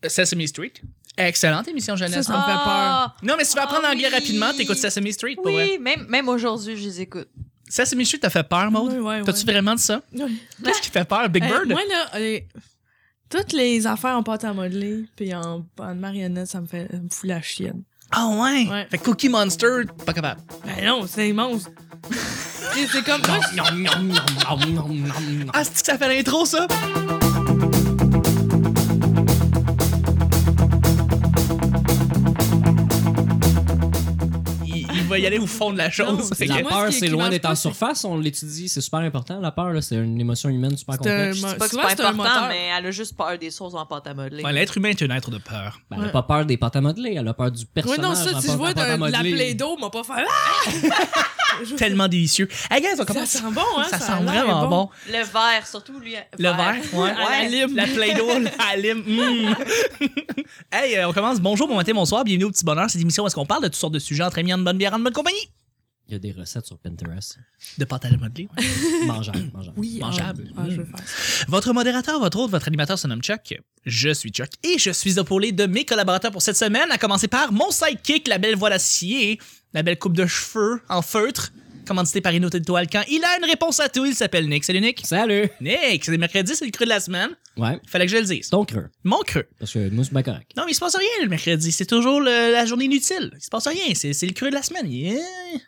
Sesame Street. Excellente émission jeunesse. Ça me fait peur. Non, mais si tu veux apprendre l'anglais rapidement, t'écoutes Sesame Street, pour vrai. Oui, même aujourd'hui, je les écoute. Sesame Street t'a fait peur, Maud? Ouais. T'as-tu vraiment de ça? Oui. Qu'est-ce qui fait peur? Big Bird? Moi, là, toutes les affaires en pâte à modeler puis en marionnette, ça me fout la chienne. Ah ouais? Ouais. Fait que Cookie Monster, pas capable. Ben non, c'est immense. C'est comme moi. Ah, c'est que ça fait l'intro, ça? Il va y aller au fond de la chose. Non, Fait moi, que- La peur, ce c'est qui loin marche d'être pas, en c'est- surface, on l'étudie, c'est super important. La peur, là, c'est une émotion humaine super C'est un complexe. mo- C'est pas que c'est souvent, pas c'est un important, moteur. mais elle a juste peur des sauces en pâte à modeler. Ouais, l'être humain est un être de peur. Ben, elle a pas peur des pâtes à modeler, elle a peur du Oui, personnage. non, ça, en si je vois pâte à de la modeler. Play-Doh, m'a pas fait. Ah! Tellement délicieux. Hey, guys, on commence. Ça sent bon, hein? Ça a sent l'air vraiment bon. Le verre, surtout lui. Le verre, ouais. À la lime. La Play-Doh, la lime. Hey, on commence. Bonjour, bon matin, bonsoir. Bienvenue au Petit Bonheur. Cette émission où est-ce qu'on parle de toutes sortes de sujets entre amis, en bonne bière, en bonne compagnie. Il y a des recettes sur Pinterest. De pâte à modeler. Mangeable. Oui, Mangeable. je veux faire ça. Votre modérateur, votre hôte, votre animateur se nomme Chuck. Je suis Chuck et je suis épaulé de mes collaborateurs pour cette semaine, à commencer par mon sidekick, la belle voix d'acier, la belle coupe de cheveux en feutre, commandité par Inno Étoile. Quand il a une réponse à tout, il s'appelle Nick. Salut Nick. Salut! Nick, c'est mercredi, c'est le creux de la semaine. Ouais, Fallait que je le dise. ton creux. Mon creux. Parce que nous, c'est bien correct. Non, mais il se passe rien le mercredi. C'est toujours la journée inutile. Il se passe rien. C'est le creux de la semaine. Yeah.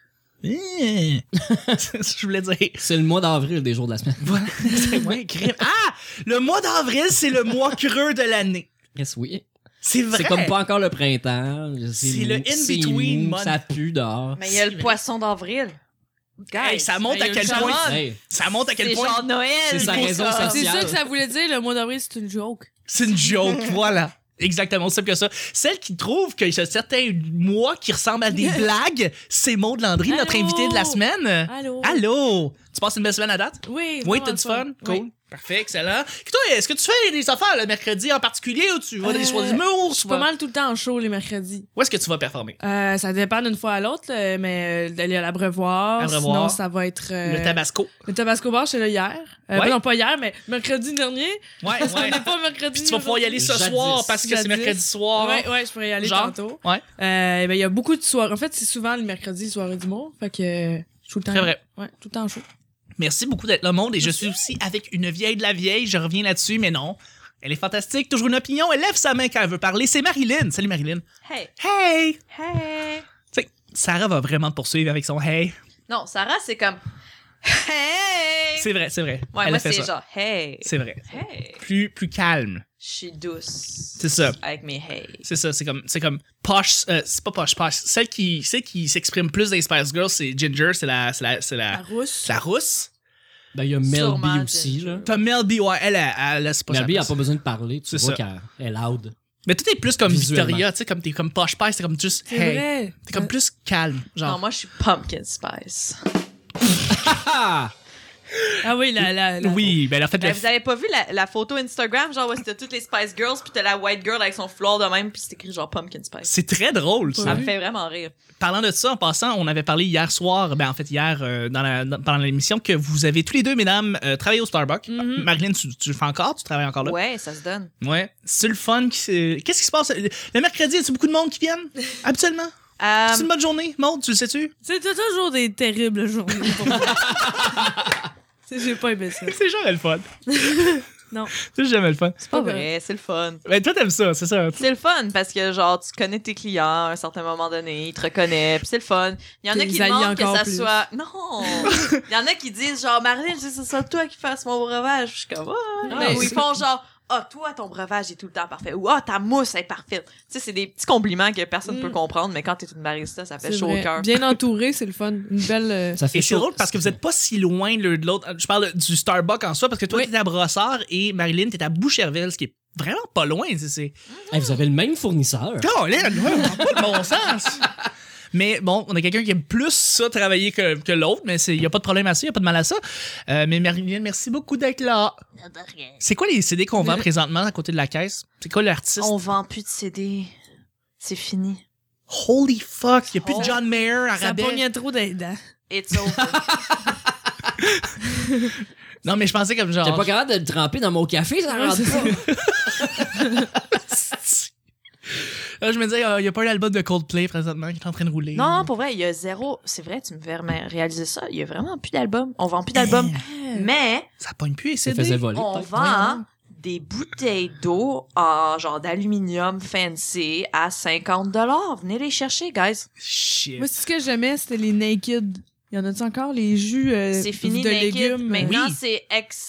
Yeah. C'est ce que je voulais dire. C'est le mois d'avril des jours de la semaine. Voilà. C'est ouais, crime. Ah! Le mois d'avril, c'est le mois creux de l'année. Yes, oui. C'est vrai. C'est comme pas encore le printemps. C'est le mou, in-between mou, month. Ça pue dehors. Mais il y a le poisson d'avril. Hey, ça monte Hey, à quel le point. chaman. Hey, Ça monte à quel C'est point. genre Noël. C'est sa pour raison ça. sociale. C'est ça que ça voulait dire, le mois d'avril, c'est une joke. C'est une joke, voilà. Exactement, aussi simple que ça. Celle qui trouve qu'il y a certains mois qui ressemblent à des blagues, c'est Maud Landry, notre Allô? invitée de la semaine. Allô? Allô? Tu passes une belle semaine à date? Oui. Oui, vraiment t'as du fun? Cool. Oui. Parfait, excellent. Et toi, est-ce que tu fais des affaires le mercredi en particulier ou tu vas dans des soirées d'humour? Je suis pas mal tout le temps en show les mercredis. Où est-ce que tu vas performer? Ça dépend d'une fois à l'autre, mais d'aller à l'Abreuvoir. Abreuvoir. Sinon, ça va être. Le Tabasco. Le Tabasco Bar, j'étais là hier. Ouais. Non, pas hier, mais mercredi dernier. Ouais, On ouais. n'est pas mercredi. Puis tu vas pouvoir y aller ce Jadis. soir parce que c'est Jadis. mercredi soir. Ouais, je pourrais y aller Genre? tantôt. Ouais. Ben, il y a beaucoup de soirées. En fait, c'est souvent le mercredi, soirée d'humour. Fait que je suis tout le temps. Très vrai. Ouais, tout le temps en show. Merci beaucoup d'être là, Monde. Et je suis aussi avec une vieille de la vieille. Je reviens là-dessus, mais non. Elle est fantastique, toujours une opinion. Elle lève sa main quand elle veut parler. C'est Marilyn. Salut, Marilyn. Hey, Hey! hey. Tu sais, Sarah va vraiment te poursuivre avec son hey. Non, Sarah, c'est comme hey. C'est vrai, c'est vrai. Ouais, Elle moi, a fait c'est ça. genre hey. C'est vrai. Hey. Plus calme. Je suis douce. C'est ça. Avec mes hey. C'est ça, c'est comme posh, c'est pas posh. Celle qui s'exprime plus dans les Spice Girls, c'est Ginger, c'est la rousse. c'est la rousse. Ben, il y a Mel Sûrement B aussi, Ginger. là. T'as Mel B, ouais, elle c'est pas Mel sa B, elle a place. pas besoin de parler. Tu C'est vois ça. qu'elle est loud. Mais tout est plus comme Visuellement. Victoria, tu sais, comme t'es comme posh spice, c'est comme juste C'est hey. vrai. T'es comme plus calme, genre. Non, moi, je suis pumpkin spice. Ah! Ah oui, la. Oui, ben en fait, Ben, vous avez pas vu la photo Instagram, genre, où c'était toutes les Spice Girls, puis t'as la white girl avec son floor de même, puis c'est écrit genre pumpkin spice. c'est très drôle, ça. Ça me fait vraiment rire. Parlant de ça, en passant, on avait parlé hier soir, ben en fait hier, pendant l'émission, que vous avez tous les deux, mesdames, travaillé au Starbucks. Mhm. Marilyn, tu le fais encore? Tu travailles encore là? Ouais, ça se donne. Ouais. C'est le fun. Qu'est-ce qui se passe? Le mercredi, y a-tu beaucoup de monde qui viennent? Habituellement? C'est une bonne journée, Maud, tu le sais-tu? C'est toujours des terribles journées pour moi. J'ai pas aimé ça. C'est jamais le fun. Non. C'est jamais le fun. C'est pas vrai, c'est le fun. Ben, toi, t'aimes ça, c'est ça. C'est le fun parce que, genre, tu connais tes clients à un certain moment donné, ils te reconnaissent, puis c'est le fun. Il y en a T'es qui allié demandent que encore ça plus. soit. Non! Il y en a qui disent, genre, Marilyn, je veux que ce soit toi qui fasses mon breuvage. Je suis comme, Mais ou ils c'est- font genre, toi, ton breuvage est tout le temps parfait. Ou, ta mousse est parfaite. Tu sais, c'est des petits compliments que personne peut comprendre, mais quand t'es une barista, ça fait C'est chaud vrai. au cœur. Bien entouré, c'est le fun. Une belle. Ça fait Et c'est chaud. drôle parce que vous êtes pas si loin l'un de l'autre. Je parle du Starbucks en soi parce que toi, Oui. t'es à Brossard et Marilyn, t'es à Boucherville, ce qui est vraiment pas loin. C'est... Hey, vous avez le même fournisseur. Oh, là, ça n'a pas de bon sens. Mais bon, on a quelqu'un qui aime plus ça travailler que l'autre, mais il n'y a pas de problème à ça, il n'y a pas de mal à ça. Mais Marilyn, merci beaucoup d'être là. C'est quoi les CD qu'on vend présentement à côté de la caisse? C'est quoi l'artiste? On vend plus de CD. C'est fini. Holy fuck, il n'y a plus de Oh. John Mayer à Ça rabais. pognait trop d'aidants. It's over. Non, mais je pensais comme genre. T'es pas capable de le tremper dans mon café, ça rentre pas. Là, je me disais, il y a pas un album de Coldplay présentement qui est en train de rouler. Non, pour vrai, il y a zéro. C'est vrai, tu me fais réaliser ça. Il y a vraiment plus d'albums. On vend plus d'albums. Mais Ça pogne plus et Ça CD. faisait voler. on peut-être. vend des bouteilles d'eau en genre d'aluminium fancy à 50$. Venez les chercher, guys. Shit. Moi, c'est ce que j'aimais, c'était les Naked. Y en a-tu encore les jus C'est fini, de Naked. légumes? Maintenant, Oui. c'est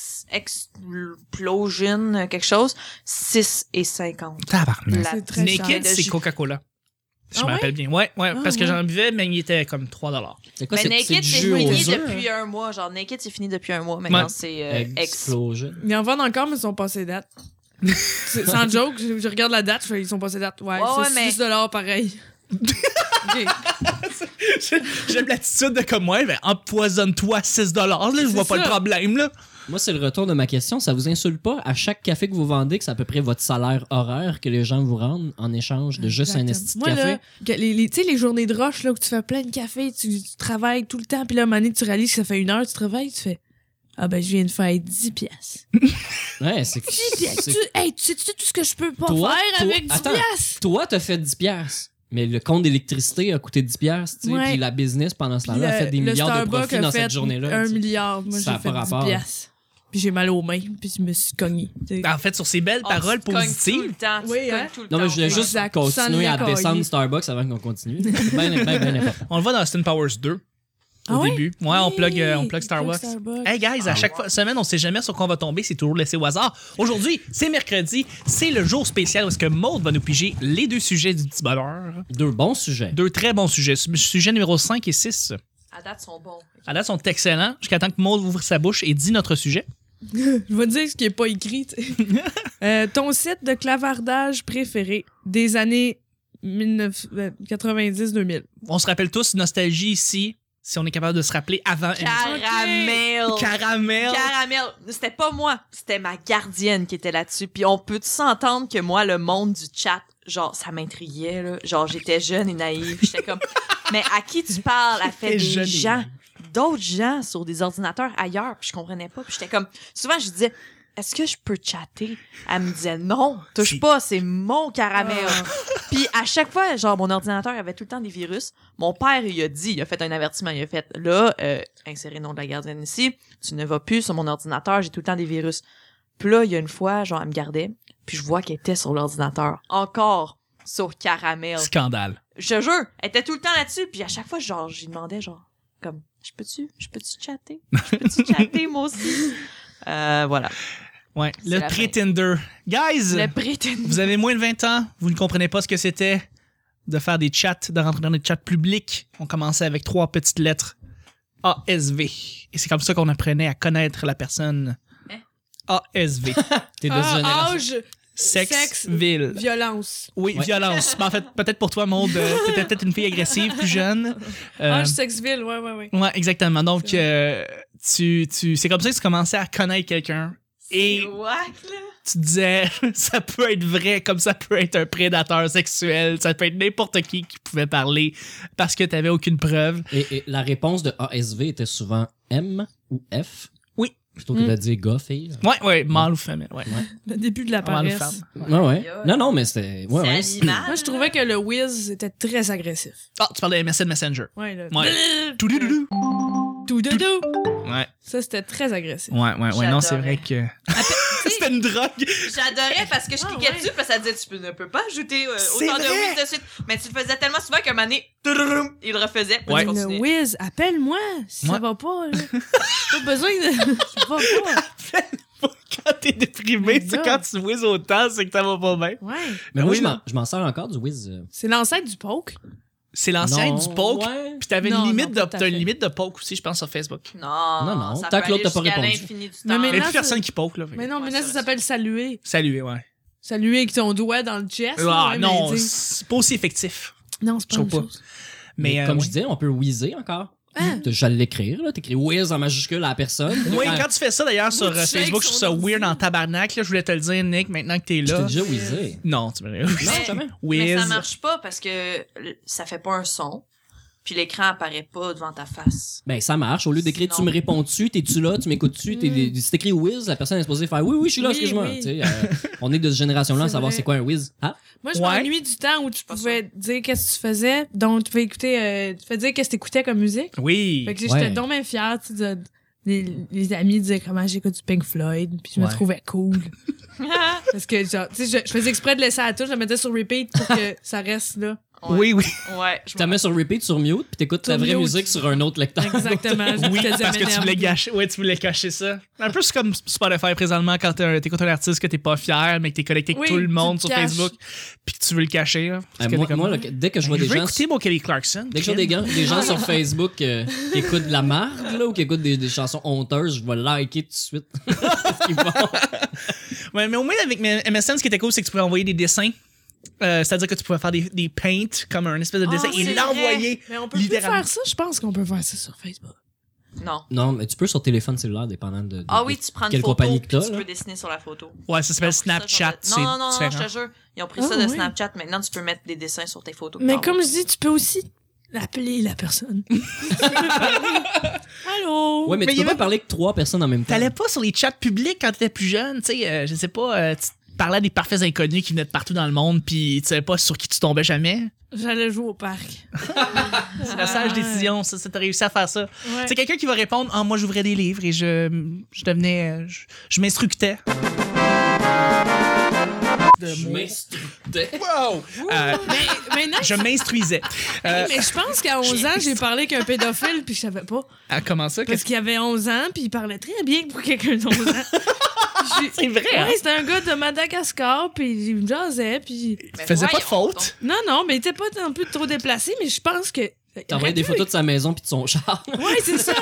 Explosion, quelque chose. 6,50$. Tabarnak. La C'est très Naked, cher. c'est Coca-Cola. Si je Ah me ouais? rappelle bien. Ouais, Ah parce que ouais. j'en buvais, mais il était comme 3$. C'est quoi, Mais c'est Naked, du c'est jus aux fini œufs? depuis un mois. Genre, Naked, c'est fini depuis un mois. Maintenant, Ouais. c'est Explosion. Ils en vendent encore, mais ils sont passés date. Sans joke, je regarde la date, je fais, ils sont passés date. Ouais, Ouais, c'est mais- 6$ pareil. Ok. J'aime l'attitude de comme moi, ben empoisonne-toi à 6$. Là, je vois pas ça. le problème, là. Moi, c'est le retour de ma question. Ça vous insulte pas à chaque café que vous vendez que c'est à peu près votre salaire horaire que les gens vous rendent en échange de juste un esti de Moi, café? là, tu sais, les journées de rush, là, où tu fais plein de café, tu travailles tout le temps, puis là, à un moment donné, tu réalises que ça fait 1 heure, tu travailles, tu fais, ah ben, je viens de faire 10 piastres. Ouais, c'est 10 piastres. c'est- Hey, tu sais tout ce que je peux pas Toi, faire toi- avec 10 attends. piastres? Toi, t'as fait 10 piastres. Mais le compte d'électricité a coûté 10 piastres, tu sais, Ouais. puis la business, pendant ce Puis temps-là, a fait des le milliards de Starbucks profits a dans fait cette journée-là. 1 tu sais. milliard. Moi, Ça j'ai a fait pas 10 rapport. piastres. Puis j'ai mal aux mains, puis je me suis cogné. En fait, sur ces belles paroles Tout positives, le temps. Tu Oui, te cognes hein? tout le Non, temps. mais je voulais juste Exact. continuer à Sans descendre les Starbucks avant qu'on continue. C'est bien important. on le voit dans Austin Powers 2. Au Ah ouais? début. Ouais, on plug Oui, Starbucks. Starbucks. Hey guys, à chaque semaine, on sait jamais sur quoi on va tomber, c'est toujours laissé au hasard. Aujourd'hui, c'est mercredi, c'est le jour spécial où est-ce que Maud va nous piger les 2 sujets du petit bonheur. 2 bons sujets. 2 très bons sujets. Sujet numéro 5 et 6. À date, ils sont bons. À date, sont excellents. Jusqu'à temps que Maud ouvre sa bouche et dit notre sujet. Je vais te dire ce qui est pas écrit. Tu sais. Ton site de clavardage préféré des années 90-2000. On se rappelle tous, nostalgie ici, si on est capable de se rappeler avant. Caramel. Caramel. Caramel. C'était pas moi, c'était ma gardienne qui était là-dessus. Puis on peut s'entendre que moi, le monde du chat, genre, ça m'intriguait, là. Genre, j'étais jeune et naïve. J'étais comme, mais à qui tu parles? Elle fait T'es des jeune et gens, naïve. d'autres gens sur des ordinateurs ailleurs. Puis je comprenais pas. Puis j'étais comme, souvent, je disais, est-ce que je peux chatter? Elle me disait, non, touche Si. pas, c'est mon caramel. Puis à chaque fois, genre, mon ordinateur avait tout le temps des virus. Mon père, il a fait un avertissement. Il a fait, là, insérer le nom de la gardienne ici. Tu ne vas plus sur mon ordinateur, j'ai tout le temps des virus. Puis là, il y a une fois, genre, elle me gardait. Puis je vois qu'elle était sur l'ordinateur. Encore sur caramel. Scandale. Je te jure, elle était tout le temps là-dessus. Puis à chaque fois, genre, j'y demandais, genre, comme, je peux-tu chatter? Je peux-tu chatter, moi aussi? Voilà. Ouais, C'est le la pré-Tinder. Guys, Le prétendant. vous avez moins de 20 ans, vous ne comprenez pas ce que c'était de faire des chats, de rentrer dans des chats publics. On commençait avec 3 petites lettres. ASV. Et c'est comme ça qu'on apprenait à connaître la personne. Hein? ASV. T'es de génération. Âge, Sexe, ville. violence. Oui, Ouais. violence. Mais en fait, peut-être pour toi, Maud, t'étais peut-être une fille agressive, plus jeune. Âge, sexe, ville, ouais. Ouais, exactement. Donc, c'est comme ça que tu commençais à connaître quelqu'un. Et C'est whack, là. tu disais, ça peut être vrai, comme ça peut être un prédateur sexuel, ça peut être n'importe qui pouvait parler parce que t'avais aucune preuve. Et la réponse de ASV était souvent M ou F. Oui. Plutôt que de dire gars, fille. Ouais, mâle ou femelle, ouais. Le début de la Mâle ou paresse. femme. Ouais. Non, mais c'était. Ouais, ouais. C'est animal. Moi, je trouvais que le whiz était très agressif. Ah, tu parlais de MSN Messenger. Ouais, le Ouais. Tout-doudou. tout doudou. Ouais, Ça, c'était très agressif. ouais, non, c'est J'adorais. vrai que... C'était une drogue. J'adorais parce que je Ah, cliquais ouais. dessus parce que ça disait tu ne peux pas ajouter C'est autant de vrai. whiz de suite. Mais tu le faisais tellement souvent qu'à un moment donné, tududum, il le refaisait. Puis Ouais. je Le continuais. whiz, appelle-moi si Ouais. ça va pas. Là. Pas besoin de. Ça va pas. Quand t'es déprimé, Mais c'est là. quand tu whiz autant, c'est que ça va pas bien. Ouais. Mais moi, Oui, je m'en sers encore du Wiz. C'est l'ancêtre du poke. C'est l'ancien Non, du poke. ouais. Puis t'avais Non, une limite non, pas tout à t'as une fait. limite de poke aussi, je pense, sur Facebook. Non, ça tant peut que l'autre aller t'a pas jusqu'à répondu. l'infini du Mais temps. Mais maintenant, plus personne qui poke, là. Mais non, Ouais, maintenant, c'est ça vrai. s'appelle saluer. Salut, ouais. Saluer avec ton doigt dans le chest. Ah, ouais, non, mais dis- c'est pas aussi effectif. non, c'est pas je une trouve pas. chose. Mais Comme ouais. je disais, on peut whizzer encore. Ah. J'allais l'écrire, là. T'écris Wiz en majuscule à la personne. Oui, Quand- quand tu fais ça d'ailleurs sur Moi, tu Facebook, je shakes trouve ça son weird ordi. en tabarnak. Là, je voulais te le dire, Nick, maintenant que t'es Je t'ai là. déjà whizzé. Non, tu me Non, Mais- jamais. Mais Whiz. ça marche pas parce que ça fait pas un son. puis l'écran apparaît pas devant ta face. Ben, ça marche. Au lieu d'écrire, Sinon- tu me réponds-tu, t'es-tu là, tu m'écoutes-tu, si t'écris whiz, la personne est supposée faire oui, je suis là, Oui, excuse-moi. oui. Tu sais, on est de cette génération-là à C'est savoir vrai. c'est quoi un whiz. Ah, Moi, je Ouais. m'ennuie du temps où tu pas pouvais dire qu'est-ce que tu faisais. Donc, tu pouvais écouter, tu pouvais dire qu'est-ce que t'écoutais comme musique. Oui. Fait que Ouais. j'étais donc bien fière, tu sais, les amis disaient comment j'écoute du Pink Floyd, puis je me Ouais. trouvais cool. Parce que, genre, tu sais, je faisais exprès de laisser à tout, je la mettais sur repeat pour que ça reste là. Oui, oui. Ouais. tu la mets sur repeat, sur mute, puis t'écoutes Sur la vraie mute. musique sur un autre lecteur. Exactement. Oui, J'écoutais du parce que tu Eminem. voulais gâcher. Ouais, tu voulais cacher ça. Un peu c'est comme Spotify présentement quand t'écoutes un artiste que t'es pas fier, mais que t'es connecté avec Oui, tout le tu monde te sur caches. Facebook, puis que tu veux le cacher. Là, parce que Moi, t'es comme, moi, là, dès que je vois je des veux gens. écouter mon Kelly Clarkson. Dès que je vois des gens sur Facebook qui écoutent de la marde, là, ou qui écoutent des chansons honteuses, je vais liker tout de suite. Ce qu'ils font. Ouais, mais au moins avec MSN, ce qui était cool, c'est que tu pouvais envoyer des dessins. C'est-à-dire que tu pouvais faire des paints comme un espèce de dessin c'est et l'envoyer. Mais on peut plus littéralement. faire ça, je pense qu'on peut faire ça sur Facebook. Non. Non, mais tu peux sur téléphone cellulaire, dépendant de Ah oui, tu prends une quelle photo, compagnie puis que t'as, tu là. peux dessiner sur la photo. Ouais, ça Ils s'appelle ont pris ça, Snapchat. genre de- Non, c'est je différent. te jure. Ils ont pris Ah, ça de oui. Snapchat. Maintenant, tu peux mettre des dessins sur tes photos. Mais comme je dis, tu peux aussi appeler la personne. Allô? Ouais, mais Mais tu il y peux pas avait- parler avec 3 personnes en même temps. T'allais pas sur les chats publics quand t'étais plus jeune, tu sais, je sais pas, tu parlais à des parfaits inconnus qui venaient de partout dans le monde, puis tu savais pas sur qui tu tombais jamais. J'allais jouer au parc. C'est la sage décision, ça, t'as réussi à faire ça. Ouais. C'est quelqu'un qui va répondre, moi j'ouvrais des livres et je devenais, je m'instructais. Je m'instructais. Wow! Mais non, Je m'instruisais. mais je pense qu'à 11 ans, j'ai parlé avec un pédophile puis je savais pas. Comment ça? Parce qu'il avait 11 ans puis il parlait très bien pour quelqu'un d'11 ans. C'est vrai, hein? Ouais, c'était un gars de Madagascar puis il me jasait puis... Tu faisais pas de faute. Non, mais il était pas non plus trop déplacé, mais je pense que... T'as envoyé des photos de sa maison puis de son char. Ouais, c'est ça.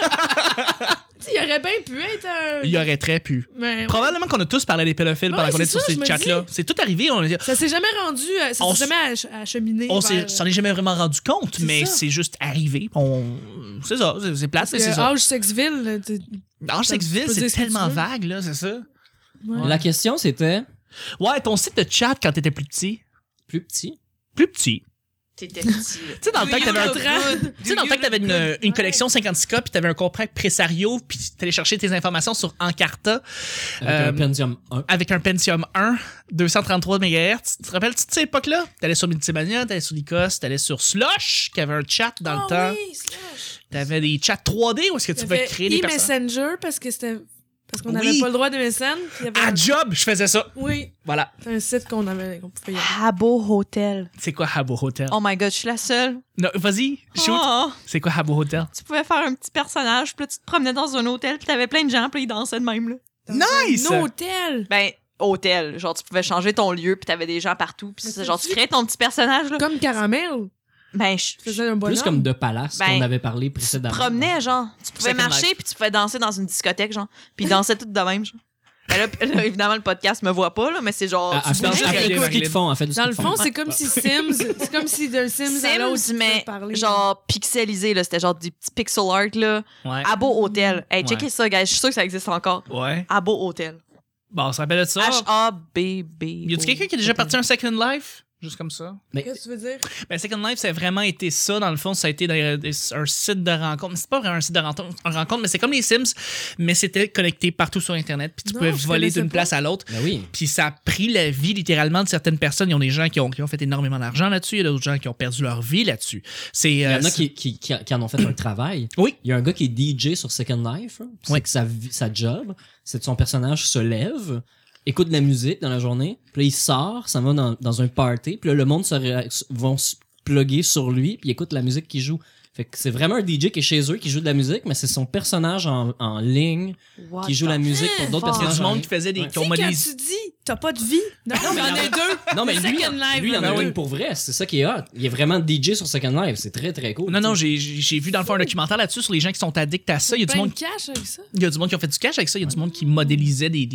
Tu sais, il aurait bien pu être un... Il y aurait très pu. Mais ouais. Probablement qu'on a tous parlé des pédophiles pendant Ouais, qu'on est c'est sur ça, ces je me chats-là. dis. C'est tout arrivé. Ça s'est jamais rendu... Ça On s'est jamais acheminé On vers... s'en est jamais vraiment rendu compte, C'est mais ça. c'est juste arrivé. C'est ça, c'est plate, mais c'est ça. Âge Sexville, là, Âge Sexville, tu peux c'est dire ce que tu tellement veux. vague, là, c'est ça. ouais. La question, c'était Ouais, ton site de chat quand t'étais plus petit. plus petit. Plus petit. T'étais petit. Tu sais, dans le temps que t'avais tu sais, dans le temps que t'avais une collection 56K, puis t'avais un contrat Presario, puis t'allais chercher tes informations sur Encarta Avec un Pentium 1. avec un Pentium 1, 233 MHz. Tu te rappelles, cette époque-là? T'allais sur Multimania, t'allais sur Lycos, t'allais sur Slush, qui avait un chat dans le temps. Oui, Slash. T'avais des chats 3D où est-ce que tu pouvais créer des personnes. E-Messenger parce que c'était... Parce qu'on Oui. n'avait pas le droit de MSN. puis il y avait À un- Job, je faisais ça. Oui, Voilà. c'est un site qu'on pouvait y aller. Habbo Hotel. C'est quoi Habbo Hotel? Oh my god, je suis la seule. Non, vas-y, shoot. Oh, C'est quoi Habbo Hotel? tu pouvais faire un petit personnage, puis là, tu te promenais dans un hôtel, puis t'avais plein de gens, puis ils dansaient de même, là. Nice! Un hôtel! Ben, hôtel. Genre, tu pouvais changer ton lieu, puis t'avais des gens partout, puis Mais c'est genre, tu c'est-tu- créais ton petit personnage, là. Comme Caramel. Ben, Tu faisais un bonhomme. Plus comme de palace Ben, qu'on avait parlé tu te précédemment. promenais, genre. Tu pouvais Second marcher, Life. puis tu pouvais danser dans une discothèque, genre. Puis ils dansaient tout de même, genre. Ben là, évidemment, le podcast me voit pas, là, mais c'est genre... Elle tu fait bouges, bougeais, elle du fait ski de fond. Elle fait du Dans ski le de fond, fond. c'est comme si Sims... C'est comme si d'un Sims à l'autre, tu Sims, pouvais mais parler. genre pixelisé, là. C'était genre du petit pixel art, là. Ouais. Habbo Hotel. Hey, checkez Ouais. ça, guys. Je suis sûre que ça existe encore. Ouais. Habbo Hotel. Bon, on se rappelle de ça. H-A-B-B. Y a-tu quelqu'un qui a déjà parti un Second Life? Juste comme ça. Qu'est-ce que tu veux dire? Ben, Second Life, ça a vraiment été ça. Dans le fond, ça a été un site de rencontre. C'est pas vraiment un site de rencontre, mais c'est comme les Sims, mais c'était connecté partout sur Internet. Puis tu Non, pouvais je voler connaissais d'une pas. place à l'autre. Ben oui. Puis ça a pris la vie littéralement de certaines personnes. Il y a des gens qui ont fait énormément d'argent là-dessus. Il y a d'autres gens qui ont perdu leur vie là-dessus. C'est, Il y en a qui en ont fait un travail. Oui. Il y a un gars qui est DJ sur Second Life. Hein, puis Oui. c'est que sa job, c'est que son personnage se lève, écoute de la musique dans la journée, puis là, il sort, ça va dans un party, puis là, le monde vont se plugger sur lui, puis il écoute la musique qu'il joue. Fait que c'est vraiment un DJ qui est chez eux, qui joue de la musique, mais c'est son personnage en ligne qui joue la musique pour d'autres fuck? Il y a personnages. du en monde ligne. qui faisait des. Ouais. qui Tu ont sais, quand modélisé. tu dis t'as pas de vie, non, mais on est deux. Non, mais Le lui, Second Life, lui, il y en a ben une oui. pour vrai. C'est ça qui est hot. Il est vraiment DJ sur Second Life. C'est très, très cool. Non, j'ai vu dans le fond un documentaire là-dessus sur les gens qui sont addicts à ça. Il y a du Plein monde de cash avec ça. Il y a du monde qui a fait du cash avec ça. Il y a du monde qui modélisait des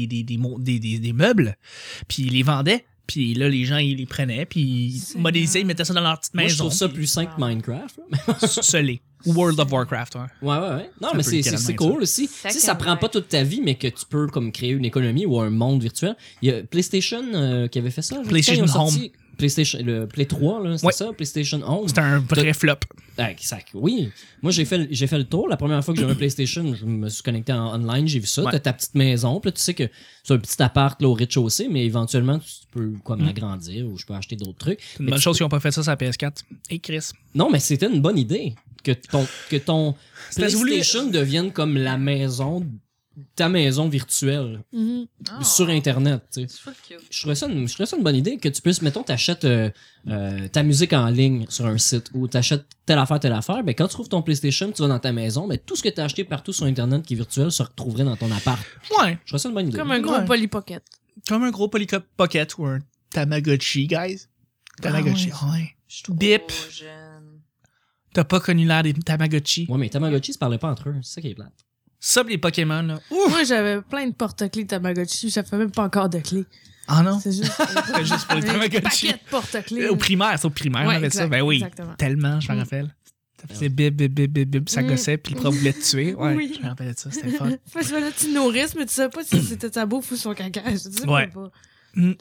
meubles, puis ils les vendait. Puis là, les gens, ils les prenaient, puis ils C'est modélisaient, ils vrai. mettaient ça dans leur petite Moi, je maison. trouve ça plus simple que Minecraft. là. Scellé. World of Warcraft, ouais. Ouais. Non, Ça mais peut c'est littéralement cool aussi. Si ça prend pas toute ta vie, mais que tu peux comme créer une économie ou un monde virtuel. Il y a PlayStation qui avait fait ça. PlayStation Quand ils ont sorti le Play 3, là, c'est Ouais. ça? PlayStation 11. C'est un vrai flop. Oui. Moi, j'ai fait le tour. La première fois que j'ai eu un PlayStation, je me suis connecté en online, j'ai vu ça. Ouais. T'as ta petite maison, puis là, tu sais que c'est un petit appart là, au rez-de-chaussée, mais éventuellement, tu peux comme agrandir ou je peux acheter d'autres trucs. C'est une Mais bonne tu chose qu'ils n'ont pas fait ça sur la PS4. Et Chris. Non, mais c'était une bonne idée. Que ton C'était voulu- PlayStation devienne comme la maison, ta maison virtuelle Mhm. sur Internet, tu sais. C'est full cute. Je trouvais ça une bonne idée que tu puisses, mettons, t'achètes ta musique en ligne sur un site ou t'achètes telle affaire, ben quand tu trouves ton PlayStation, tu vas dans ta maison, ben tout ce que t'as acheté partout sur Internet qui est virtuel se retrouverait dans ton appart. Ouais. Je trouvais ça une bonne idée. Comme un gros Ouais. Polly Pocket. Comme un gros Pocket ou un Tamagotchi, guys. Tamagotchi, ouais. Je suis trop Bip. jeune. T'as pas connu l'ère des Tamagotchi. Ouais, mais Tamagotchi se parlait pas entre eux, c'est ça qui est plate. Ça, pis les Pokémon, là. Moi, j'avais plein de porte-clés Tamagotchi. Ça fait même pas encore de clés. Ah non? C'est juste, C'est juste pour les un Tamagotchi. paquet de porte-clés. Au primaire, c'est au primaire, Ouais, on avait ça. exact, Ben oui. exactement. Tellement, je m'en rappelle. Ça faisait bip, bip, bip, bip, bip, ça Mm. gossait, puis le prof voulait te tuer. Ouais, Oui. je me rappelle de ça, c'était fun. Parce que là, tu nourrisses, mais tu sais pas si c'était sa bouffe ou son caca. Je sais Ouais. pas. Mm.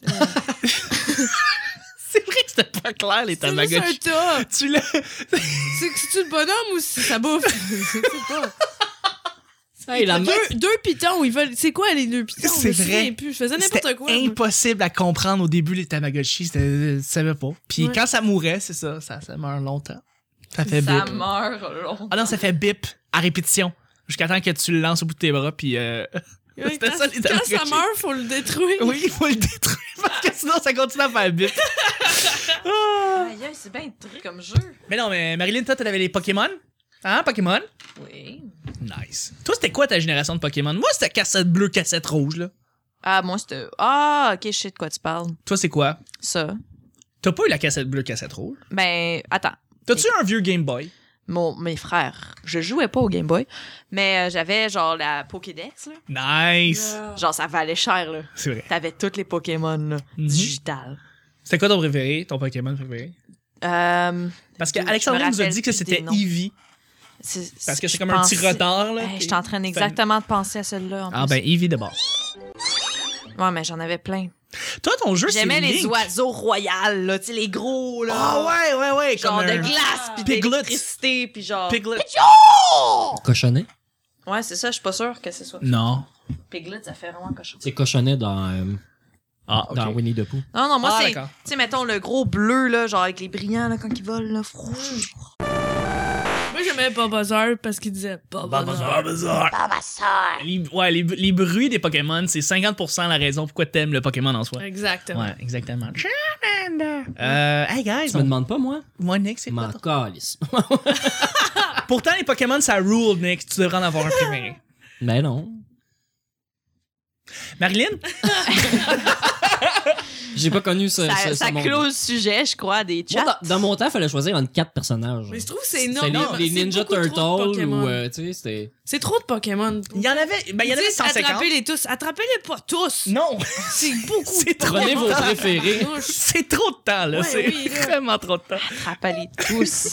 C'est vrai que c'était pas clair, les C'est juste un Tamagotchi. tas. Tu l'as. C'est-tu le bonhomme ou si ça bouffe? Je sais pas. Hey, la Deux pitons, ils veulent. C'est quoi les deux pitons? C'est Je me vrai. souviens plus. Je faisais n'importe C'était quoi. moi. impossible à comprendre au début, les Tamagotchi. Tu savais pas. Puis Ouais. quand ça mourait, c'est ça, ça meurt longtemps. Ça fait Ça bip. meurt long. Ah non, ça fait bip à répétition. Jusqu'à temps que tu le lances au bout de tes bras, puis Ouais, c'était quand, ça, les quand ça Tamagotchi. meurt, faut le détruire. Oui, il faut le détruire parce que sinon ça continue à faire bip. Aïe, aïe, c'est bien truc comme jeu. Mais non, mais Marilyn, toi, t'avais les Pokémon? Hein, Pokémon? Oui. Nice. Toi, c'était quoi ta génération de Pokémon? Moi, c'était cassette bleue, cassette rouge, là. Ah, moi, c'était. Ah, ok, je sais de quoi tu parles. Toi, c'est quoi? Ça. T'as pas eu la cassette bleue, cassette rouge? Ben, attends. T'as-tu eu un vieux Game Boy? Mes frères, je jouais pas au Game Boy, mais j'avais genre la Pokédex, là. Nice. Genre, ça valait cher, là. C'est vrai. T'avais tous les Pokémon, là. Mhm. Digital. C'était quoi ton préféré, ton Pokémon préféré? Parce que Je me Alexandre nous a rappelle dit que plus c'était des noms. Eevee. Parce que c'est comme un petit retard, là. Je suis en train exactement de penser à celle-là. En Ah plus. ben, Eevee d'abord. Ouais, mais j'en avais plein. Toi, ton jeu, c'est J'aimais les Link. oiseaux royales, là, tu sais, les gros, là. Ah ouais, Genre comme de un glace, puis Piglet. d'électricité, puis genre... Piglet. Cochonnet. Ouais, c'est ça, je suis pas sûre que ce soit... Non. Piglet, ça fait vraiment cochon. C'est Cochonnet dans Ah, ok. dans Winnie the Pooh. Non, non, moi, Ah, c'est... Tu d'accord. sais, mettons, le gros bleu, là, genre avec les brillants, là, quand ils volent, là. Moi, j'aimais Bulbasaur parce qu'il disait Bulbasaur. Les bruits des Pokémon, c'est 50% la raison pourquoi t'aimes le Pokémon en soi. Exactement. Ouais, exactement. Hey guys, Tu me demandes pas, moi? moi, Nick, c'est quoi M'en ton... calisse. Pourtant, les Pokémon, ça rule, Nick. Tu devrais en avoir un préféré. Ben non. Marilyn? J'ai pas connu ce Ça monde. clôt le sujet, je crois, des chats. Moi, dans mon temps, il fallait choisir entre 4 personnages. Mais je trouve que c'est C'était énorme. les C'est Ninja beaucoup trop de Turtles Pokémon. ou, tu sais, c'était... C'est trop de Pokémon. Il y en avait, ben, il y en avait 150. Attrapez-les tous. Attrapez-les pas tous. Non, C'est beaucoup. c'est trop Prenez de vos temps. préférés. Non, je- C'est trop de temps, là. Ouais, c'est oui, là. vraiment trop de temps. Attrapez-les tous.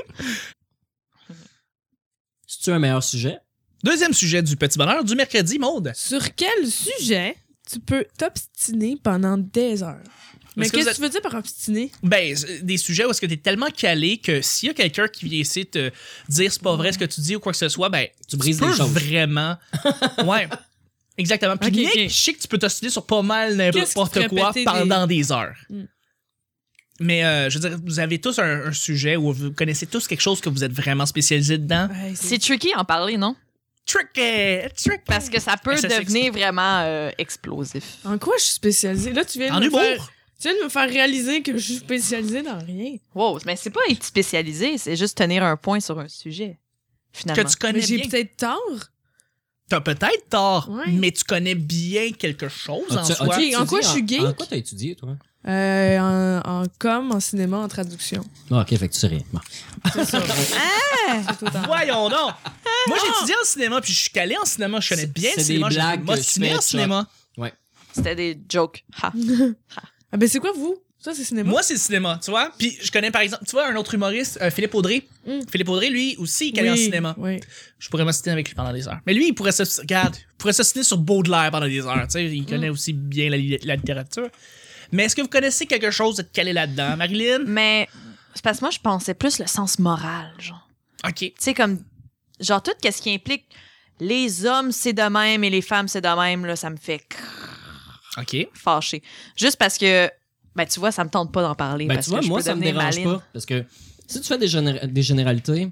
C'est-tu un meilleur sujet? Deuxième sujet du petit bonheur du mercredi, Maude. Sur quel sujet tu peux t'obstiner pendant des heures? Mais Est-ce que qu'est-ce vous que tu veux dire par obstiner? Ben, des sujets où est-ce que t'es tellement calé que s'il y a quelqu'un qui vient essayer de te dire c'est pas vrai ce que tu dis ou quoi que ce soit, ben, Tu brises peux des choses. vraiment... Ouais, exactement. Puis Ok, Nick, ok. je sais que tu peux t'ostiner sur pas mal Qu'est-ce qui n'importe te ferait quoi péter pendant des heures. Mm. Mais je veux dire, vous avez tous un sujet où vous connaissez tous quelque chose que vous êtes vraiment spécialisé dedans. Ouais, C'est tricky en parler, non? Tricky! Parce que ça peut Ça devenir vraiment explosif. En quoi je suis spécialisée? Là, tu viens de En me humour! faire... Tu viens de me faire réaliser que je suis spécialisée dans rien. Wow, mais c'est pas être spécialisé, c'est juste tenir un point sur un sujet, Que finalement. tu connais Mais j'ai bien. peut-être tort. T'as peut-être tort, Ouais. mais tu connais bien quelque chose en As-tu- soi. as-tu en quoi étudié je suis geek? En quoi t'as étudié, toi? En com, en cinéma, en traduction. Ah, ok, fait que tu sais rien. Bon. C'est ça. C'est tout en- Voyons donc! Moi, j'ai étudié en cinéma, puis je suis calé en cinéma. Je connais bien le C'est cinéma. des J'ai blagues moi que tu ciné fais, en cinéma. C'était des jokes. Ha. Ah ben c'est quoi, vous? Ça, c'est cinéma? Moi, c'est le cinéma, tu vois. Puis je connais, par exemple, tu vois, un autre humoriste, Philippe Audrey. Mm. Philippe Audrey, lui aussi, il est calé en cinéma. Oui. Je pourrais m'assiner avec lui pendant des heures. Mais lui, il pourrait s'assiner sur Baudelaire pendant des heures. Tu sais, il connaît aussi bien la littérature. Mais est-ce que vous connaissez quelque chose de calé là-dedans, Marilyn? Mais c'est parce que moi, je pensais plus le sens moral, genre. OK. Tu sais, comme, genre, tout ce qui implique les hommes, c'est de même et les femmes, c'est de même, là, ça me fait OK. fâcher. Juste parce que, ben, tu vois, ça me tente pas d'en parler. Ben, parce tu vois, que je moi, peux ça me devenir dérange maline. pas. Parce que si tu fais des généralités,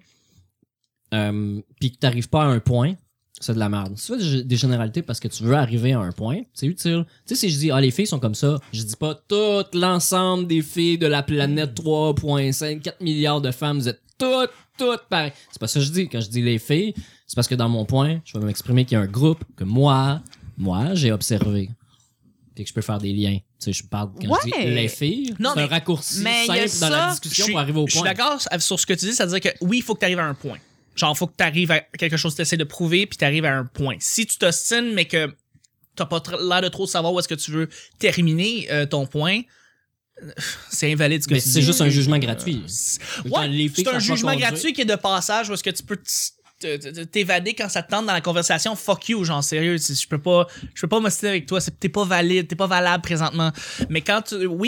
puis que t'arrives pas à un point, c'est de la merde. Si tu fais des généralités parce que tu veux arriver à un point, c'est utile. Tu sais, si je dis, les filles sont comme ça, je dis pas tout l'ensemble des filles de la planète 3,5, 4 milliards de femmes, vous êtes toutes pareilles. C'est pas ça que je dis. Quand je dis les filles, c'est parce que dans mon point, je vais m'exprimer qu'il y a un groupe que moi, j'ai observé. Puis que je peux faire des liens. Tu sais, je parle quand je dis les filles, Non, c'est un mais- raccourci mais il y a simple dans la ça, discussion pour arriver au Je suis point. d'accord sur ce que tu dis, c'est-à-dire que oui, il faut que tu arrives à un point. Genre, il faut que tu arrives à quelque chose que tu essaies de prouver, puis tu arrives à un point. Si tu t'ostines, mais que t'as pas l'air de trop savoir où est-ce que tu veux terminer ton point, c'est invalide ce que Mais tu c'est dis. juste un jugement gratuit. Ouais, Les filles c'est un savent pas jugement conduire. gratuit qui est de passage où est-ce que tu peux t'évader quand ça te tente dans la conversation. Fuck you, genre sérieux, je peux pas m'ostiner avec toi, t'es pas valide, t'es pas valable présentement. Mais quand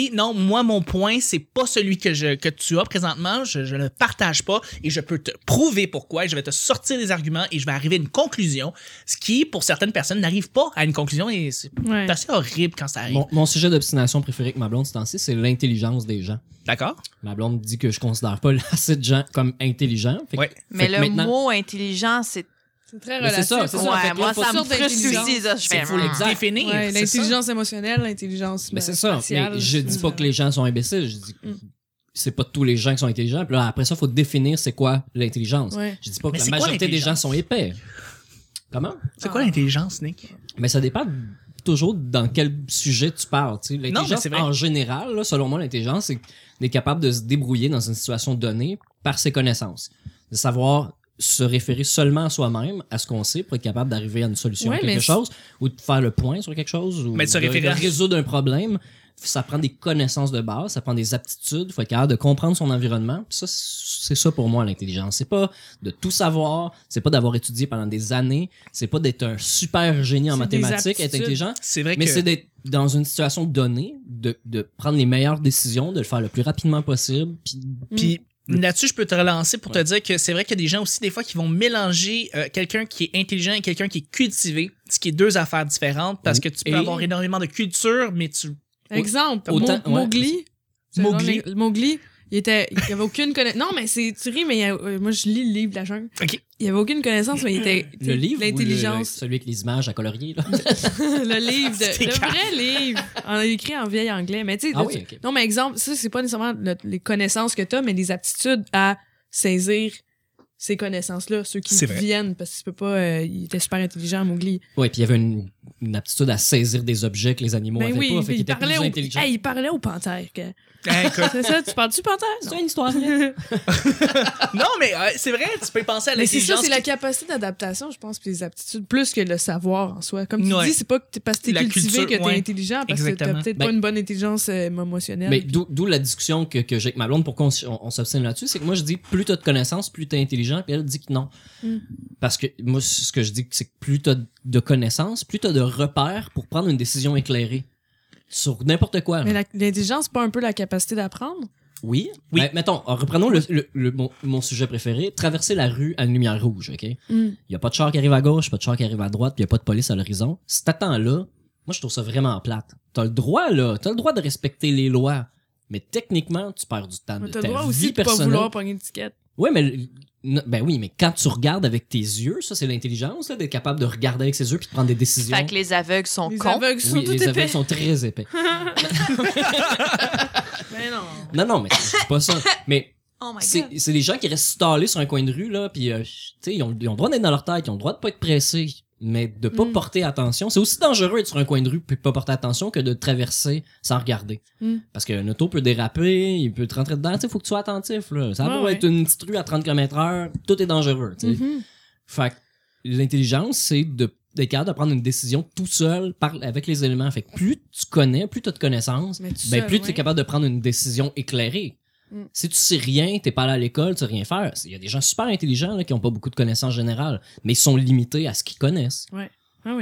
moi mon point c'est pas celui que tu as présentement, je le partage pas et je peux te prouver pourquoi et je vais te sortir des arguments et je vais arriver à une conclusion, ce qui pour certaines personnes n'arrive pas à une conclusion et c'est Ouais. assez horrible quand ça arrive. Mon sujet d'obstination préféré avec ma blonde, ce temps-ci, c'est l'intelligence des gens. D'accord? Ma blonde dit que je considère pas assez de gens comme intelligents. Fait que- Ouais. Mais fait que le maintenant- mot intelligent, c'est. C'est très Mais c'est relatif. ça, c'est ça. Ouais, fait que moi, là, ça me faut- frustre d'intelligence. aussi, ça. Je fais. full exact. Définir, Ouais, c'est ça. l'intelligence émotionnelle, l'intelligence Mais c'est ça. spatiale, Mais je dis pas c'est- que les gens sont imbéciles. Je dis que c'est pas tous les gens qui sont intelligents. Puis là, après ça, faut définir c'est quoi l'intelligence. Ouais. Je dis pas que Mais la c'est quoi majorité des gens l'intelligence? sont épais. Comment? C'est quoi l'intelligence, Nick? Mais ça dépend toujours dans quel sujet tu parles. Tu sais. mais L'intelligence, c'est vrai. en général, là, selon moi, l'intelligence, c'est d'être capable de se débrouiller dans une situation donnée par ses connaissances. De savoir se référer seulement à soi-même, à ce qu'on sait, pour être capable d'arriver à une solution Ouais, à quelque mais chose, ou de faire le point sur quelque chose, ou Mais de se de référer à- résoudre un problème. Ça prend des connaissances de base, ça prend des aptitudes, il faut être capable de comprendre son environnement. Puis ça, c'est ça pour moi l'intelligence. C'est pas de tout savoir, c'est pas d'avoir étudié pendant des années, c'est pas d'être un super génie en C'est des mathématiques, être aptitudes. intelligent, C'est vrai mais que c'est d'être dans une situation donnée, de prendre les meilleures décisions, de le faire le plus rapidement possible, Puis là-dessus, je peux te relancer pour te Ouais. dire que c'est vrai qu'il y a des gens aussi, des fois, qui vont mélanger quelqu'un qui est intelligent et quelqu'un qui est cultivé, ce qui est deux affaires différentes, parce que tu peux Et- avoir énormément de culture, mais tu... Exemple, Autant- ouais. Mowgli. C'est Mowgli. genre, Mowgli, il avait aucune connaissance. Non, mais tu ris, mais moi, je lis le livre de la jungle. OK. Il avait aucune connaissance, mais il était. le livre ou L'intelligence. celui avec les images à colorier, là? Le livre, C'était le calme. vrai livre. On a écrit en vieil anglais. Mais tu sais, Ah oui, ok. non, mais exemple, ça, c'est pas nécessairement les connaissances que t'as, mais des aptitudes à saisir ces connaissances-là, ceux qui C'est vrai. viennent, parce que tu peux pas. Il était super intelligent, Mowgli. Ouais, puis il y avait une aptitude à saisir des objets que les animaux Ben avaient oui, pas, fait qu'il il était parlait, plus au... intelligent. Hey, il parlait aux panthères. Hein, écoute. C'est ça, tu parles-tu panthère? C'est une histoire. non, mais c'est vrai, tu peux penser à Mais c'est ça, l'intelligence. c'est la capacité d'adaptation, je pense, puis les aptitudes, plus que le savoir en soi. Comme tu Ouais. dis, c'est pas que t'es parce que t'es La cultivé culture, que t'es ouais. intelligent, parce que Exactement. t'as peut-être Ben- pas une bonne intelligence émotionnelle. Mais d'où la discussion que j'ai avec ma blonde pour qu'on on s'obstine là-dessus, c'est que moi je dis plus t'as de connaissances, plus t'es intelligent, puis elle dit que non. Mm. Parce que moi ce que je dis c'est que plus t'as de connaissances, plus t'as de repères pour prendre une décision éclairée sur n'importe quoi. là. Mais l'intelligence, c'est pas un peu la capacité d'apprendre? Oui. Oui. Ben, mettons, reprenons mon sujet préféré, traverser la rue à une lumière rouge, OK? Il Mm. y a pas de char qui arrive à gauche, pas de char qui arrive à droite, puis il y a pas de police à l'horizon. Si t'attends là, moi je trouve ça vraiment plate. T'as le droit de respecter les lois, mais techniquement tu perds du temps de T'as ta le droit vie aussi de pas personnelle. vouloir pogner une étiquette. Ouais, mais ben oui, mais quand tu regardes avec tes yeux, ça c'est l'intelligence, là, d'être capable de regarder avec ses yeux puis de prendre des décisions. Fait que les aveugles sont Les cons. aveugles sont Oui, tout les épais. aveugles sont très épais. Mais non. Non, non, mais c'est pas ça. Mais Oh my c'est god. c'est les gens qui restent stallés sur un coin de rue, là, puis tu sais, ils ont le droit d'être dans leur tête, ils ont le droit de pas être pressés, mais de pas Mm. porter attention. C'est aussi dangereux d'être sur un coin de rue puis de pas porter attention que de traverser sans regarder. Mm. Parce qu'un auto peut déraper, il peut te rentrer dedans, tu sais, faut que tu sois attentif, là. Ça Ouais, doit ouais. être une petite rue à 30 km/h, tout est dangereux, tu sais. Mhm. Fait que l'intelligence, c'est d'être capable de prendre une décision tout seul avec les éléments. Fait que plus tu connais, plus tu as de connaissances, Mais tout ben seul, plus tu es ouais. capable de prendre une décision éclairée. Mm. Si tu sais rien, t'es pas allé à l'école, tu sais rien faire. Il y a des gens super intelligents là, qui ont pas beaucoup de connaissances générales, mais ils sont limités à ce qu'ils connaissent. Ah oui.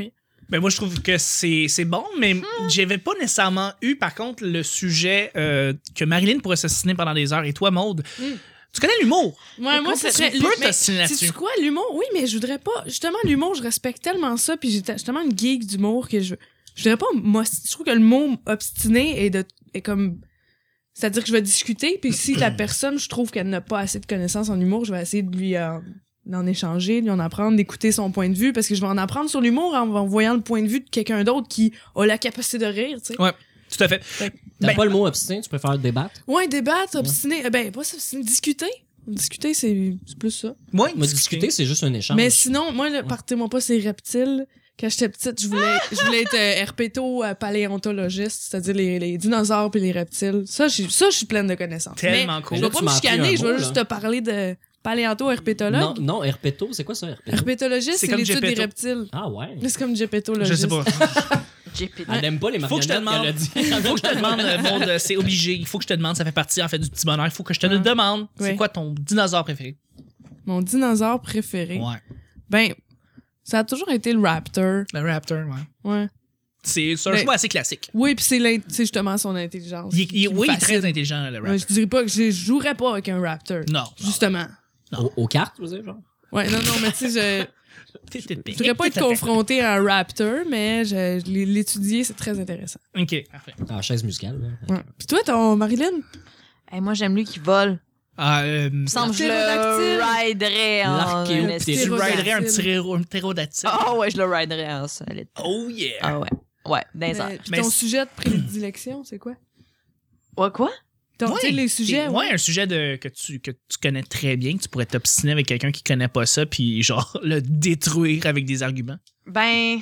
Ben moi, je trouve que c'est bon, mais j'avais pas nécessairement eu, par contre, le sujet que Marilyn pourrait s'assiner pendant des heures. Et toi, Maude, tu connais l'humour. Ouais, moi, ça serait... Tu peux t'assiner là-dessus. C'est quoi, l'humour? Oui, mais je voudrais pas... Justement, l'humour, je respecte tellement ça, puis j'ai justement une geek d'humour que je voudrais pas... Je trouve que le mot obstiné est comme... C'est-à-dire que je vais discuter, puis si la personne, je trouve qu'elle n'a pas assez de connaissances en humour, je vais essayer de lui... d'en échanger, de lui en apprendre, d'écouter son point de vue, parce que je vais en apprendre sur l'humour en voyant le point de vue de quelqu'un d'autre qui a la capacité de rire, tu sais. Ouais, tout à fait. T'as pas le mot obstiné, tu préfères débattre? Ouais, débattre, obstiné, pas s'obstiner, discuter. Discuter, c'est plus ça. Ouais, Moi, discuter, c'est juste un échange. Mais sinon, moi, partez-moi pas ces reptiles. Quand j'étais petite, je voulais être herpéto paléontologiste, c'est-à-dire les dinosaures puis les reptiles. Ça, je suis pleine de connaissances. Tellement Mais cool. je Là, vais pas tu me m'as appris chicaner, un je vais mot, juste là. te parler de paléonto-herpétologue. Non, herpéto, c'est quoi ça, herpéto? Herpétologiste, C'est c'est comme l'étude des Gepetto. reptiles. Ah ouais. C'est comme Gepetologiste. Je sais pas. JP. Elle n'aime pas les Faut que je te marionnettes demande. qu'elle a dit. Faut que je te demande, Maud, c'est obligé. Il faut que je te demande, ça fait partie en fait du petit bonheur. Il faut que je te le demande. C'est Oui. quoi ton dinosaure préféré? Mon dinosaure préféré. Ouais. Ben, ça a toujours été le raptor. Le raptor, ouais. Ouais. C'est un Ben, choix assez classique. Oui, puis c'est justement son intelligence. Oui, il est fascine. très intelligent, le Ouais, raptor. je dirais pas que je jouerais pas avec un raptor. Non. Justement. Aux cartes, vous savez, genre? Ouais, non, mais tu sais, je voudrais pas être confronté à un raptor, mais l'étudier, c'est très intéressant. Ok, parfait. Ah, chaise musicale. Là. Ouais. Puis toi, ton Marilyn? Hey, moi, j'aime lui qui vole. Ah, Il me semble que je Ptérodactyle. le riderais en L'archéoptéryx. tu Ptérodactyle. riderais un ptérodactyle. Ah ouais, je le riderais en solide. Oh yeah! Ah ouais. Ouais, dans les airs. Puis Mais ton c'est- sujet de prédilection, c'est quoi? Ouais, quoi? Tu sais, les sujets, Ouais, un sujet que tu connais très bien, que tu pourrais t'obstiner avec quelqu'un qui connaît pas ça, puis genre le détruire avec des arguments. Ben,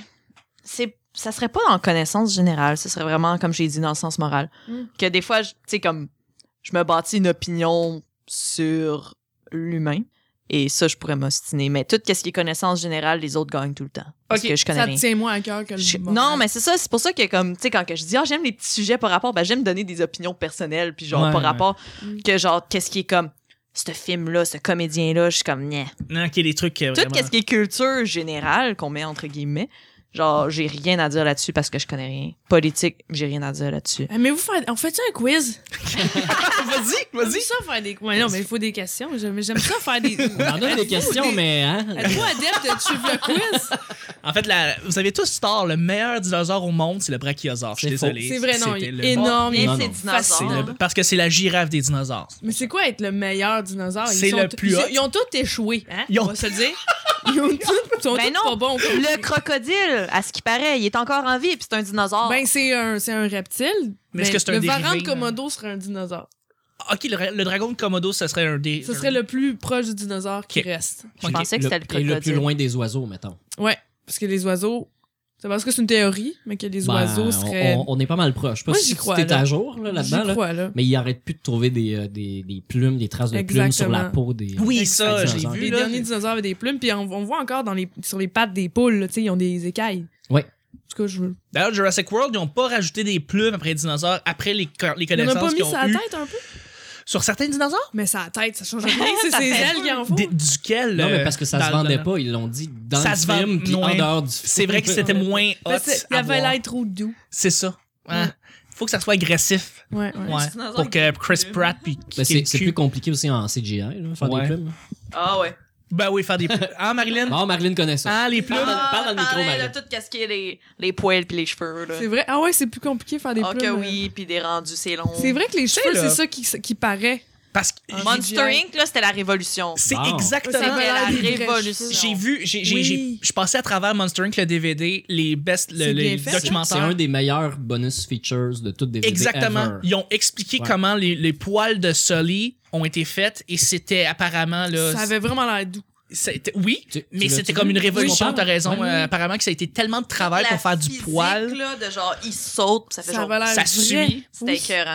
ça serait pas en connaissance générale, ce serait vraiment, comme j'ai dit, dans le sens moral. Mm. Que des fois, tu sais, comme, je me bâtis une opinion sur l'humain, et ça, je pourrais m'ostiner. Mais tout ce qui est connaissance générale, les autres gagnent tout le temps. Parce Ok, que je connais Ça rien. te tient moins à cœur que le moral. Non, mais c'est ça, c'est pour ça que comme tu sais quand que je dis j'aime les petits sujets par rapport, ben j'aime donner des opinions personnelles puis genre Ouais, par ouais. rapport Mm. que genre qu'est-ce qui est comme ce film là, ce comédien là, je suis comme nyeh. Non, qu'il y a des trucs Tout vraiment... qu'est-ce qui est culture générale qu'on met entre guillemets, genre j'ai rien à dire là-dessus parce que je connais rien. Politique, j'ai rien à dire là-dessus. Ah, mais on fait-tu un quiz? Vas-y! J'aime ça faire des... Ouais, non, mais il faut des questions. J'aime ça faire des... On en a des questions, mais hein? Êtes-vous adepte de suivre le quiz? En fait, vous avez tous tort, le meilleur dinosaure au monde, c'est le brachiosaure. Je suis C'est désolé. C'est vrai, non, il C'était est le- énorme. Bien Non, ces non. C'est dinosaures. le- parce que c'est la girafe des dinosaures. Mais c'est quoi être le meilleur dinosaure? Ils C'est sont le plus hot. Ils ont tous échoué, hein? Ils ont- On va se le dire. Ils ont tous... sont Ben tous non, pas bons. Le crocodile, à ce qui paraît, il est encore en vie puis c'est un dinosaure. Ben, c'est un reptile. Mais est-ce que c'est un le dérivé, varan de là? Komodo serait un dinosaure. Ok, le dragon de Komodo, ce serait un des. Ce serait le plus proche du dinosaure qui Ok. reste. je ok. pensais que c'était le Et crocodile. le plus loin des oiseaux, mettons. Ouais, parce que les oiseaux... C'est parce que c'est une théorie, mais que les Ben, oiseaux seraient... on est pas mal proche. Je sais pas Moi, si j'y crois, t'es là. à jour là, là-dedans, J'y là. crois, là. Mais il arrête plus de trouver des plumes, des traces de plumes sur la Exactement. peau des. Oui, des ça, j'ai dinosaures. vu. Les là. derniers dinosaures avaient des plumes, puis on voit encore sur les pattes des poules, là, tu sais, ils ont des écailles. Ouais. En tout cas, je veux... D'ailleurs, Jurassic World, ils n'ont pas rajouté des plumes après les dinosaures, après les Ils en ont connaissances pas qu'ils mis ont sa eues. tête un peu? Sur certains dinosaures? Mais sa tête, ça change rien, c'est Ça ses fait ailes qui en font. Duquel? Non, mais parce que ça se dans- vendait dans- pas, ils l'ont dit dans Ça le se vend film, puis en moins. dehors du film. C'est vrai que c'était moins hot. Parce que il à avait voir. l'air trop doux. C'est ça. Hein? Ouais. Faut que ça soit agressif. Ouais, ouais. Ouais. dinosaure Pour que avec des Chris plumes. Pratt puis Ben, Kim c'est Q- plus compliqué aussi en CGI, là, faire Ouais. des plumes. Ah ouais. Ben oui, faire des plumes. Hein, Marilyn? Bon, Marilyn connaît ça. Hein, les plumes? Parle dans le micro, de Marilyn. tout ce qui est les poils puis les cheveux là. C'est vrai. Ah ouais, c'est plus compliqué de faire des Ah plumes. que oui, puis des rendus c'est long. C'est vrai que les sais, cheveux, là. c'est ça qui paraît. Parce que Monster Inc là, c'était la révolution. c'est Bon. exactement... Ça avait C'était l'air la des vrais révolution. cheveux. J'ai vu, Oui. je passais à travers Monster Inc. le DVD, les best, C'est les bien fait, ça. C'est documentaires. un des meilleurs bonus features de toutes DVD Exactement. ever. Ils ont expliqué Ouais. comment les poils de Sully ont été faits et c'était apparemment là. Ça avait vraiment l'air doux. Oui, Tu mais l'as-tu c'était vu? comme une Oui, révolution. je T'as raison. Ouais. Apparemment que ça a été tellement de travail La pour faire du physique, poil. là, de genre il saute, puis ça fait Ça genre avait l'air ça vrai. suit. c'était Oui. écœurant.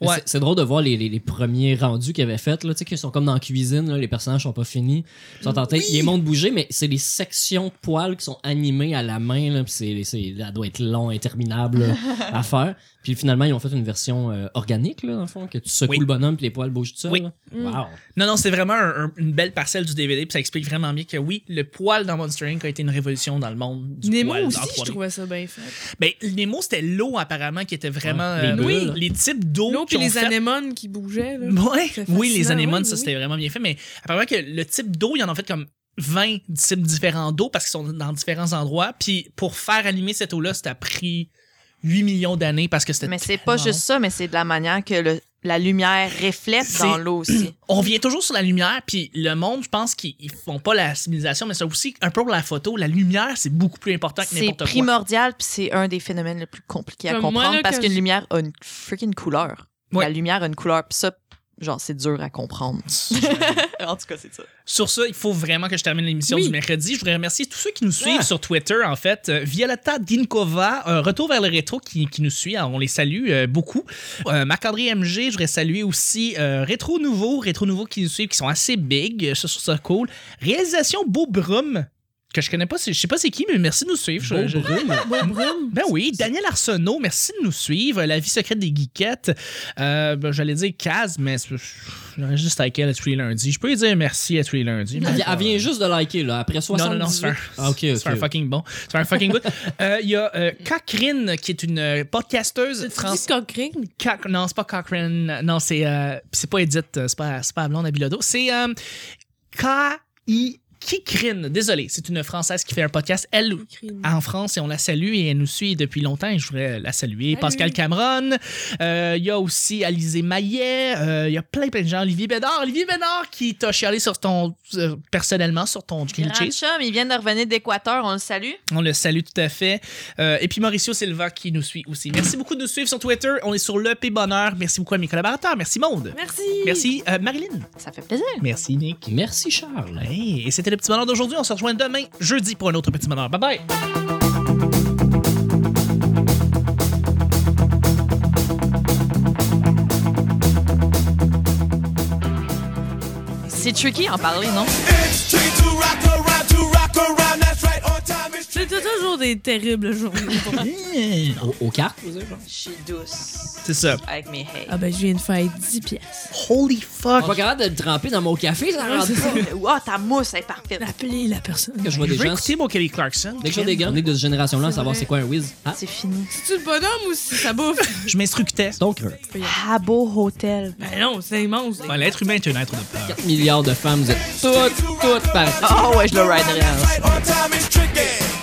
Mais Ouais. c'est drôle de voir les premiers rendus qu'ils avaient faits, là, tu sais, qu'ils sont comme dans la cuisine, là, les personnages sont pas finis. Ils sont en tête, ils les montrent bouger, mais c'est les sections de poils qui sont animées à la main, là, pis ça doit être long, interminable là, à faire. Puis finalement, ils ont fait une version organique, là, dans le fond, que tu secoues le bonhomme puis les poils bougent tout seuls. Oui. Là. Mm. Wow. Non, c'est vraiment une belle parcelle du DVD, puis ça explique vraiment bien que oui, le poil dans Monster Inc. a été une révolution dans le monde du Nemo poil aussi, en 3D. je trouvais ça bien fait. Ben, Nemo, c'était l'eau, apparemment, qui était vraiment... Ouais, les bulles. les types d'eau L'eau qui puis ont les fait... anémones qui bougeaient. Là. Ouais, C'est oui, les fascinant, anémones, oui, ça, oui. c'était vraiment bien fait, mais apparemment que le type d'eau, il y en a fait comme 20 types différents d'eau parce qu'ils sont dans différents endroits, puis pour faire animer cette eau-là, ça a pris 8 millions d'années parce que c'était Mais c'est pas tellement juste ça, mais c'est de la manière que la lumière reflète C'est- dans l'eau aussi. On revient toujours sur la lumière, puis le monde, je pense qu'ils font pas la civilisation, mais c'est aussi un peu pour la photo. La lumière, c'est beaucoup plus important que C'est n'importe quoi. primordial, puis c'est un des phénomènes les plus compliqués à Comme moi, comprendre là, parce quand qu'une je- lumière a une freaking couleur. Ouais. La lumière a une couleur, puis ça, genre, c'est dur à comprendre. En tout cas, c'est ça. Sur ça, il faut vraiment que je termine l'émission Oui. du mercredi. Je voudrais remercier tous ceux qui nous suivent sur Twitter, en fait. Violetta Dinkova, Retour vers le rétro, qui nous suit. Alors, on les salue beaucoup. Marc-André MG, je voudrais saluer aussi Rétro Nouveau qui nous suivent, qui sont assez big. Ça, je trouve ça cool. Réalisation Beau Brum, que je connais pas, je sais pas c'est qui, mais merci de nous suivre. Ben oui, Daniel Arsenault, merci de nous suivre. La vie secrète des geekettes. J'allais dire Kaz, mais j'aurais juste liké elle à tous les lundis. Je peux lui dire merci à tous les lundis. mais- Elle vient juste de liker, là, après 78. Non, c'est un, Ah, ok, c'est un fucking bon. C'est un fucking good. Il y a Cochrane, qui est une podcasteuse Tu dis française. Cochrane? Non, c'est pas Cochrane. Non, c'est pas Edith. C'est pas la blonde à Bilodeau. C'est Kikrine. Désolé, c'est une Française qui fait un podcast, elle, en France, et on la salue et elle nous suit depuis longtemps et je voudrais la saluer. Salut. Pascal Cameron, il y a aussi Alizé Maillet, il y a plein de gens. Olivier Bénard qui t'a chialé sur ton, personnellement sur ton grill Grand cheese. chum, il vient de revenir d'Équateur, on le salue. On le salue tout à fait. Et puis Mauricio Silva qui nous suit aussi. Merci beaucoup de nous suivre sur Twitter. On est sur l'EP Bonheur. Merci beaucoup à mes collaborateurs. Merci Maude. Merci. Merci Marilyn. Ça fait plaisir. Merci Nick. Merci, Charles. Hey, et c'était le petit bonheur d'aujourd'hui. On se rejoint demain, jeudi, pour un autre petit bonheur. Bye bye! C'est tricky en parler, non? C'est toujours des terribles journées pour moi. Aux cartes, vous savez, genre? Je suis douce C'est ça. avec mes hays. Ah ben, je viens de faire 10 piastres. Holy Je suis fuck! pas capable de le tremper dans mon café, ça rentre c'est pas. Oh, ta mousse, elle est parfaite. Appelez la personne. Que je vois Je des veux gens. écouter mon Kelly Clarkson. Dès que je vois des gars, on est de cette génération-là, à C'est savoir vrai. c'est quoi un whiz. Ah, C'est fini. C'est-tu le bonhomme ou si ça bouffe? Je m'instructais. ton creux. Habbo Hotel. Ben non, c'est immense. Ouais, l'être humain est un être de peur. 4 milliards de femmes, vous êtes toutes pareilles. Oh ouais, je le riderais. On time is tricky.